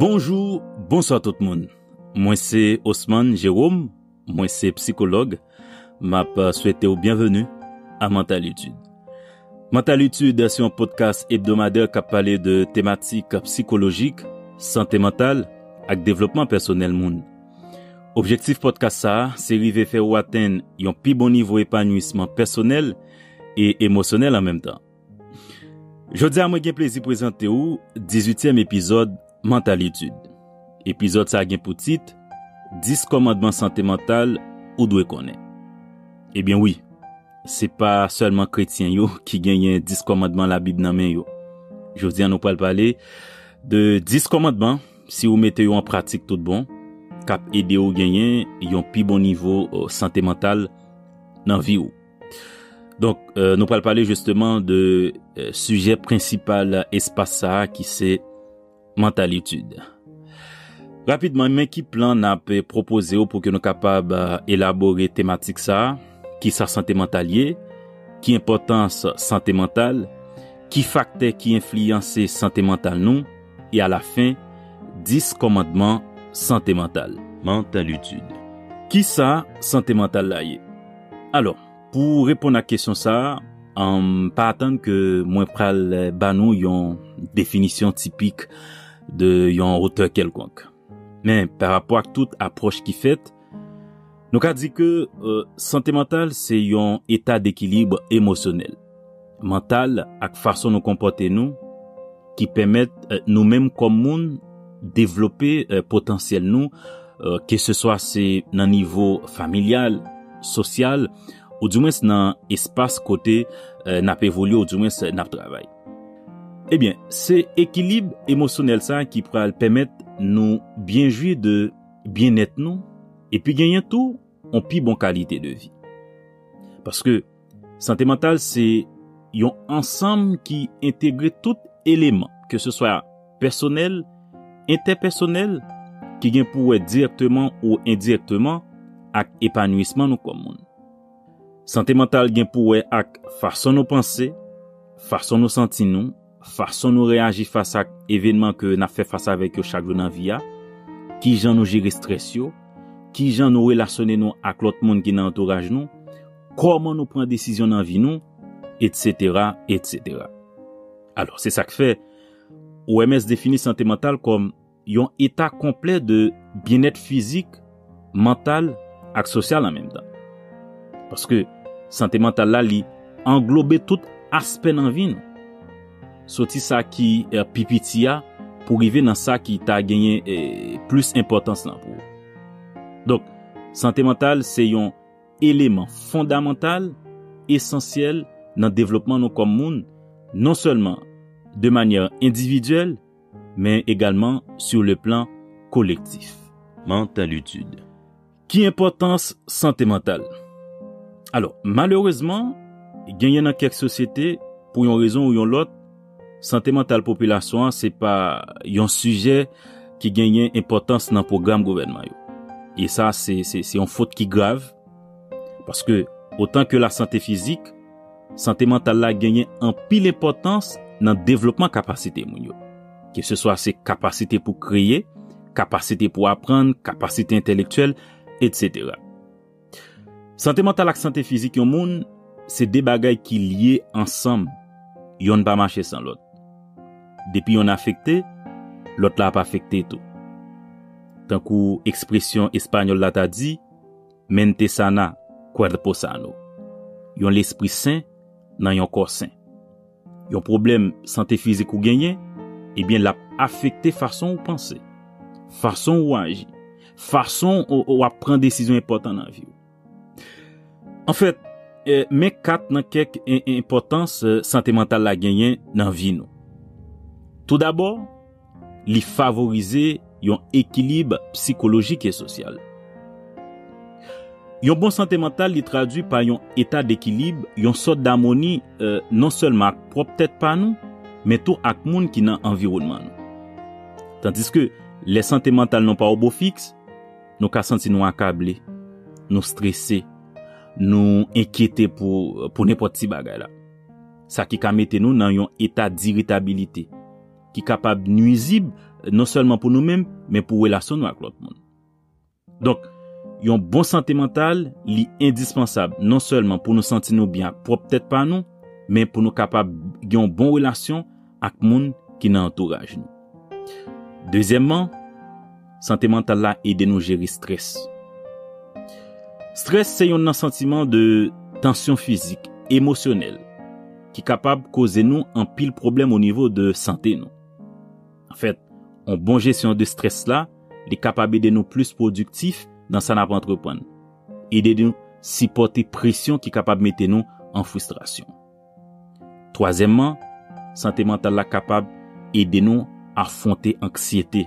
Bonjour, bonsoir tout le monde. Moi c'est Osman Jérôme, moi c'est psychologue. M'a souhaité au bienvenue à Mentalitude. Mentalitude, c'est un podcast hebdomadaire qui parle de thématiques psychologiques, santé mentale et développement personnel monde. Objectif podcast ça, c'est arriver faire ou atteindre un plus bon niveau épanouissement personnel et émotionnel en même temps. Jodi a moi gen plaisir présenter ou 18e épisode Mentalitude. Épisode ça gen pour titre 10 commandements santé mentale ou doit connaître. Eh bien oui, c'est pas seulement chrétien yo qui gagne 10 commandements la Bible nan men yo. Jodi nous parler de 10 commandements si vous mettez yo en pratique tout bon, cap aider ou gagner un plus bon niveau santé mentale dans vie ou. Donc nous allons parler justement de sujet principal espace ça qui c'est mentalitude. Rapidement, mais qui plan n'a proposé pour que nous capable élaborer thématique ça, qui sa santé mentale, qui importance santé mentale, qui facteur qui influence santé mentale nous et à la fin 10 commandements santé mentale. Mentalitude. Qui ça santé mentale là y? Alors, pour répondre à la question ça, pas attendre que moi pral ba nou yon définition typique de yon auteur quelconque. Mais par rapport à toute approche qui fait, nous ka dit que santé mentale c'est yon état d'équilibre émotionnel, mental ak façon nous comporter nous qui permettent nous-mêmes comme monde développer potentiel nous que ce soit c'est dans niveau familial, social ou du moins dans espace côté n'a pas évolué ou du moins n'a travail. Eh bien, c'est équilibre émotionnel ça qui pourra permettre nous bien jouir de bien-être nous et puis gagner tout en plus bonne qualité de vie. Parce que santé mentale c'est un ensemble qui intègre tout élément que ce soit personnel, interpersonnel qui gagne pour être directement ou indirectement avec épanouissement nous comme monde. Santé mentale gagne pour être avec façon nous penser, façon nous sentir nous, façon nous réagir face à événements que n'a fait face avec chaque jour dans vie a, qui jan nous gérer stress yo, qui jan nous relationner nous avec l'autre monde qui dans entourage nous, comment nous prendre décision dans vie nous, etc., etc. Alors, c'est ça que fait OMS définit santé mentale comme un état complet de bien-être physique, mental et social en même temps. Parce que santé mentale là li englobe tout aspect dans vie nous. Sorti ça qui pipitia pour arriver dans ça qui t'a gagné plus importance là pour. Donc santé mentale c'est un élément fondamental essentiel dans le développement nous comme monde, non seulement de manière individuelle mais également sur le plan collectif. Mentalitude. Qui importance santé mentale? Alors, malheureusement, gagné dans quelques sociétés pour une raison ou une autre, santé mentale population c'est pas un sujet qui gagne importance dans le programme gouvernement. Et ça c'est une faute qui grave parce que autant que la santé physique, santé mentale là gagne en pile importance dans le développement capacité moun yo. Que ce soit ses capacités pour créer, capacité pour apprendre, capacité intellectuelle, etc. Santé mentale et santé physique yon moun, c'est des bagages qui liés ensemble. Yon pas marcher sans l'autre. Depuis yon affecté, l'autre là pas affecté tout. Tant que expression espagnole là t'a dit, mente sana, cuerpo sano. Yon l'esprit sain dans yon corps sain. Yon problème santé physique ou gagné, eh bien l'a affecté façon ou penser, façon ou agir, façon ou prendre décision importante dans la vie. En fait, mais quatre dans quelques importance santé mentale la gagner dans vie nous. Tout d'abord, li favoriser un équilibre psychologique et social. Yon bon santé mentale li traduit par un état d'équilibre, une sorte d'harmonie non seulement propre tête pas nous, mais tout ak moun qui dans environnement nous. Tandis que les santé mentale n'ont pas au beau fixe, nous ka senti nous accablés, nous stressés, nous inquiéter pour n'importe qui bagay là. Ça qui ka mette nous dans un état d'irritabilité, qui capable nuisible non seulement pour nous-mêmes, mais pour relation nous avec l'autre monde. Donc, une bonne santé mentale est indispensable, non seulement pour nous sentir nous bien, peut-être pas nous, mais pour nous capables d'avoir une bonne relation avec le monde qui nous entourage. Deuxièmement, santé mentale là aide nous gérer stress. Stress, c'est un sentiment de tension physique, émotionnelle, qui est capable de causer nous un pile problème au niveau de santé nous. En fait, une bonne gestion de stress là, est capable d'aider nous plus productifs dans sa n'a pas entreprendre. Aider nous supporter pression qui est capable de mettre nous en frustration. Troisièmement, santé mentale là capable d'aider nous à affronter anxiété.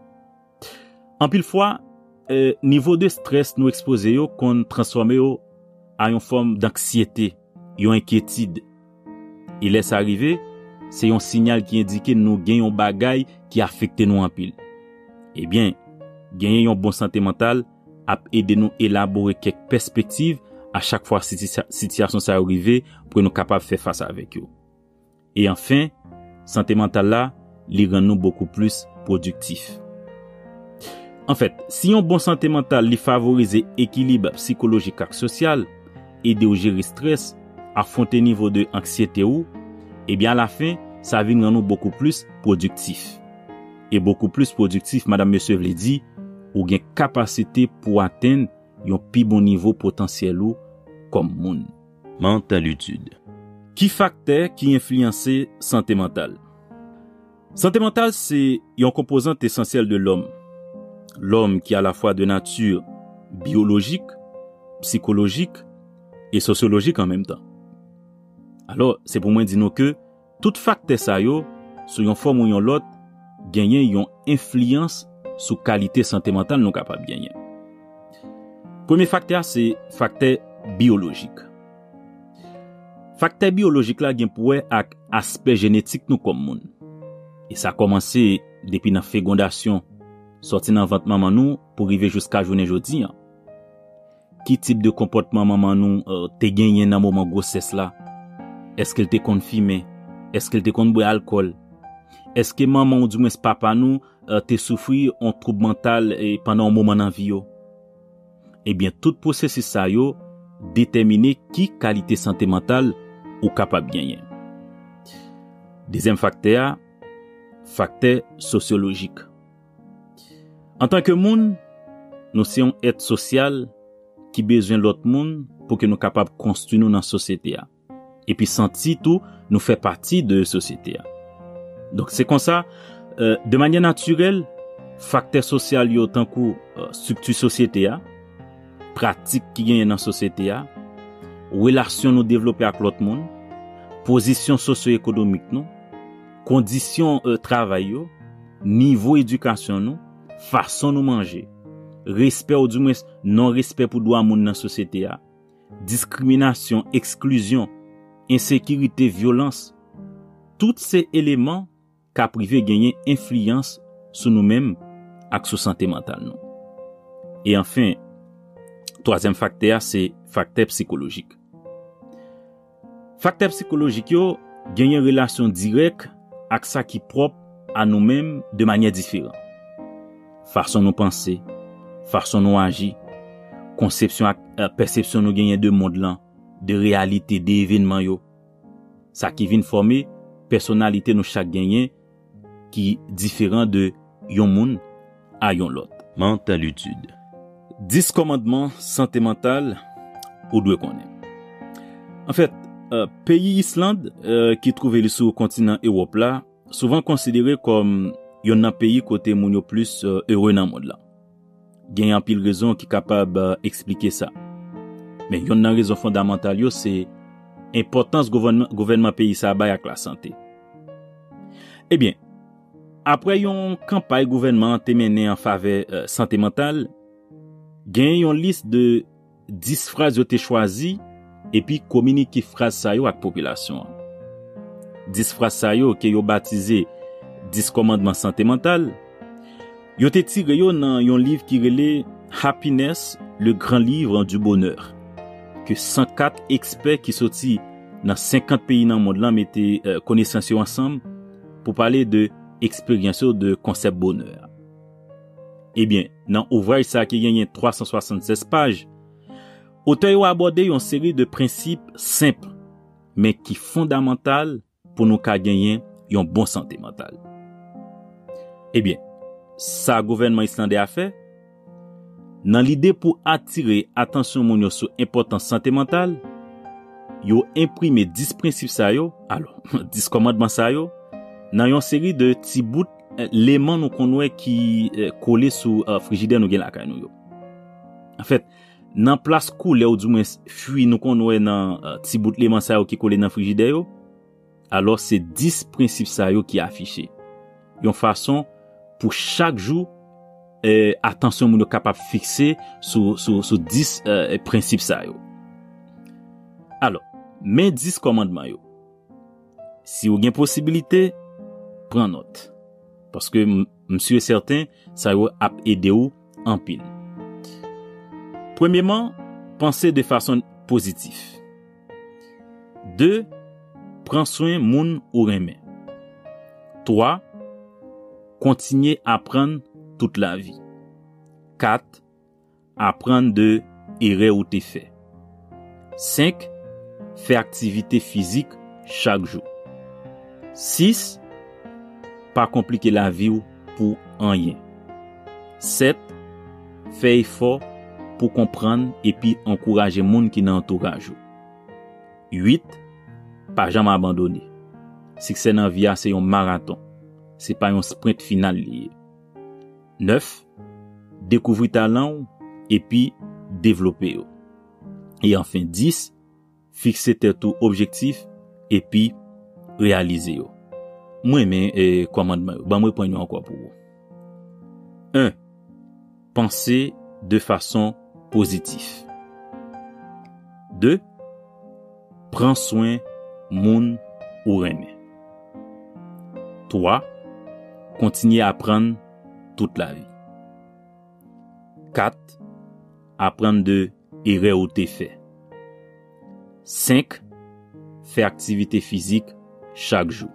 En pile fois, niveau de stress nous exposé yo qu'on transforme yo à une forme d'anxiété, une inquiétude. Il laisse arriver, c'est un signal qui indique nous gagnons bagay qui affecte nous en pile. Eh bien, gagner une bonne santé mentale a aidé nous élaborer quelques perspectives à chaque fois si situation ça arrive pour nous capable faire face avec eux. Et enfin, santé mentale là, li rend nous beaucoup plus productifs. En fait, si une bonne santé mentale li favorise équilibre psychologique et social, aider au gérer stress, affronter niveau de anxiété ou, eh bien à la fin, ça va rendre nous beaucoup plus productifs. Et beaucoup plus productif, madame, monsieur, vle dit, ou gen capacité pour atteindre un plus bon niveau potentiel ou comme moun. Mentalitude. Qui facteur qui influence santé mentale? Santé mentale, c'est une composante essentielle de l'homme. L'homme qui est à la fois de nature biologique, psychologique et sociologique en même temps. Alors, c'est pour moi dire que tout facteur ça yo, sur une forme ou une l'autre, gagner une influence sur qualité santé mentale nous capable gagner. Premier facteur c'est facteur biologique. Facteur biologique là gen pour ak aspect génétique nous comme monde. Et ça a commencé depuis la fécondation, sorti dans ventre maman nous pour arriver jusqu'à journée jodi. Qui type de comportement maman nous te gagné dans moment grossesse là? Est-ce qu'elle te confirmé? Est-ce qu'elle te kon boire alcool? Est-ce que maman ou du moins papa nous te souffri un trouble mental pendant un moment dans vie yo? Eh bien tout processus ça yo déterminer qui qualité santé mentale ou capable gagner. Deuxième facteur sociologique. En tant que monde, nous sommes être social qui besoin l'autre monde pour que nous capable construire nous dans société et puis sentir tout nous fait partie de société. Donc c'est comme ça de manière naturelle facteur social yo tant que structure société pratique qui gagne dans société relation nous développer avec l'autre monde, position socio-économique nous, conditions travail yo, niveau éducation nous, façon nous manger, respect ou du moins non respect pour droit monde dans société discrimination, exclusion, insécurité, violence, tous ces éléments qu'a privé gagner influence sur nous-mêmes et sur santé mentale nous. Et enfin, troisième facteur c'est facteur psychologique. Facteur psychologique yo gagne une relation directe avec ça qui propre à nous-mêmes de manière différente. Façon nous penser, façon nous agir, conception perception nous gagne de monde là, de réalité des événements yo. Ça qui vient former personnalité nous chaque gagné qui différent de yon moun à yon l'autre. Mentalitude. 10 commandements santé mentale ou doit connaître. En fait, pays Islande qui trouvé sur le continent Europe là, souvent considéré comme yon pays côté moun yo plus heureux dans monde là. Gen en pile raison qui capable expliquer ça. Mais yon nan raison fondamentale yo c'est importance gouvernement pays ça ba avec la santé. Eh bien, après yon campagne gouvernement te mené en faveur santé mentale, gen yon liste de 10 phrases yo te choisi et puis communiquer phrase sa yo ak population. 10 phrases sa yo que yo baptisé 10 commandements santé mentale. Yo te tiré yo dans yon livre qui relé Happiness, le grand livre du bonheur que 104 experts qui sorti dans 50 pays dans le monde là mettaient connaissance ensemble pour parler de expérience de concept bonheur. Eh bien, dans ouvrage ça qui gagne 376 pages, auteur a abordé une série de principes simples mais qui fondamental pour nous gagner une bonne santé mentale. Eh bien, ça gouvernement islandais a fait dans l'idée pour attirer attention moun sur importance santé mentale, yo imprimé 10 principes ça yo, alors 10 commandements ça yo dans une série de petits bouts l'éléments nous connaît qui collé sous frigidaire nous gen la kay nou yo. En fait, dans place coulé ou du moins fuit nous connaît dans petit bout l'élément ça yo qui collé dans frigidaire yo, alors c'est 10 principes ça yo qui affiché. Une façon pour chaque jour attention moun capable fixer sur 10 principes ça yo. Alors, mais 10 commandements yo. Si vous avez possibilité, prends note. Parce que monsieur est certain, ça va aider ou en pile. Premièrement, pensez de façon positive. 2. Prends soin moun ou remen. 3. Continuez à apprendre toute la vie. 4. Apprendre de erreurs ou tes faits. 5. Fais activité physique chaque jour. 6. Pas compliquer la vie pour rien. 7. Fais effort pour comprendre et puis encourager moun qui n'entourage. 8. Pas jamais abandonner. Succès dans vie c'est un marathon. C'est pas un sprint final lié. 9. Découvrir talent et puis développer. Et enfin 10. Fixer tes objectifs et puis réaliser yo. Moi mais commandement ba moi prendre encore pour vous. 1. Penser de façon positive. 2. Prends soin moun ou remen. 3. Continue à apprendre toute la vie. 4. Apprendre de erreurs ou tes faits. 5. Fais activité physique chaque jour.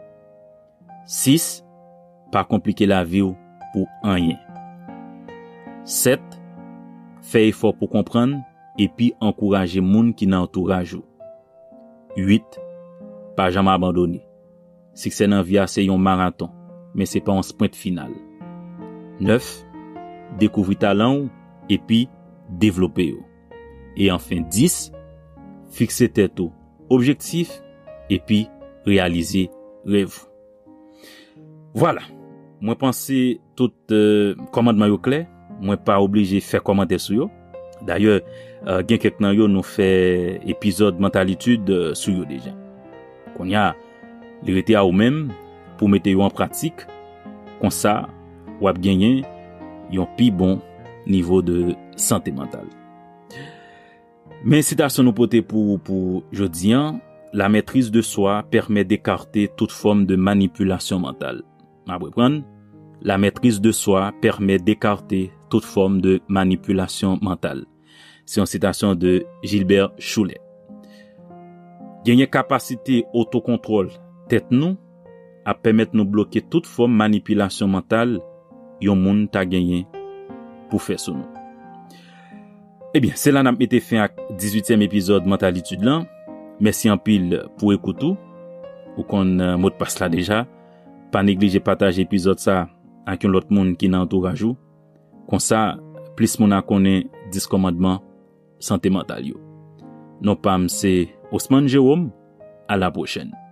6. Pas compliquer la vie pour rien. 7. Fais effort pour comprendre et puis encourager moun qui n'entourage. 8. Pas jamais abandonner. Succès dans vie c'est un marathon, mais c'est pas un sprint final. 9. Découvrir talent et puis développer. Et enfin 10. Fixer tes objectifs et puis réaliser rêve. Voilà. Moi penser tout commandement yo clair, moi pas obligé faire commentaire sur yo. D'ailleurs, gen quelques nan yo nous fait épisode mentalitude sur yo déjà. Qu'on y a l'irrité à ou même pour mettre yo en pratique comme ça ou ap gagner yon pi bon niveau de santé mentale. Mais citation nous porter pour jodi an, la maîtrise de soi permet d'écarter toute forme de manipulation mentale. La maîtrise de soi permet d'écarter toute forme de manipulation mentale. C'est une citation de Gilbert Choulet. Gagner capacité autocontrôle tête nous à permettre nous bloquer toute forme de manipulation mentale yon moun ta gagné pour faire ça nous. Eh bien, c'est là n'a été fin à 18e épisode mentalitude là. Merci en pile pour écouter ou qu'on mot de passe là déjà. Pas négliger partager épisode ça avec un autre monde qui n'entourage ou. Comme ça, plus mon a connaît 10 commandements santé mentale yo. Non pas c'est Ousmane Jérôme, à la prochaine.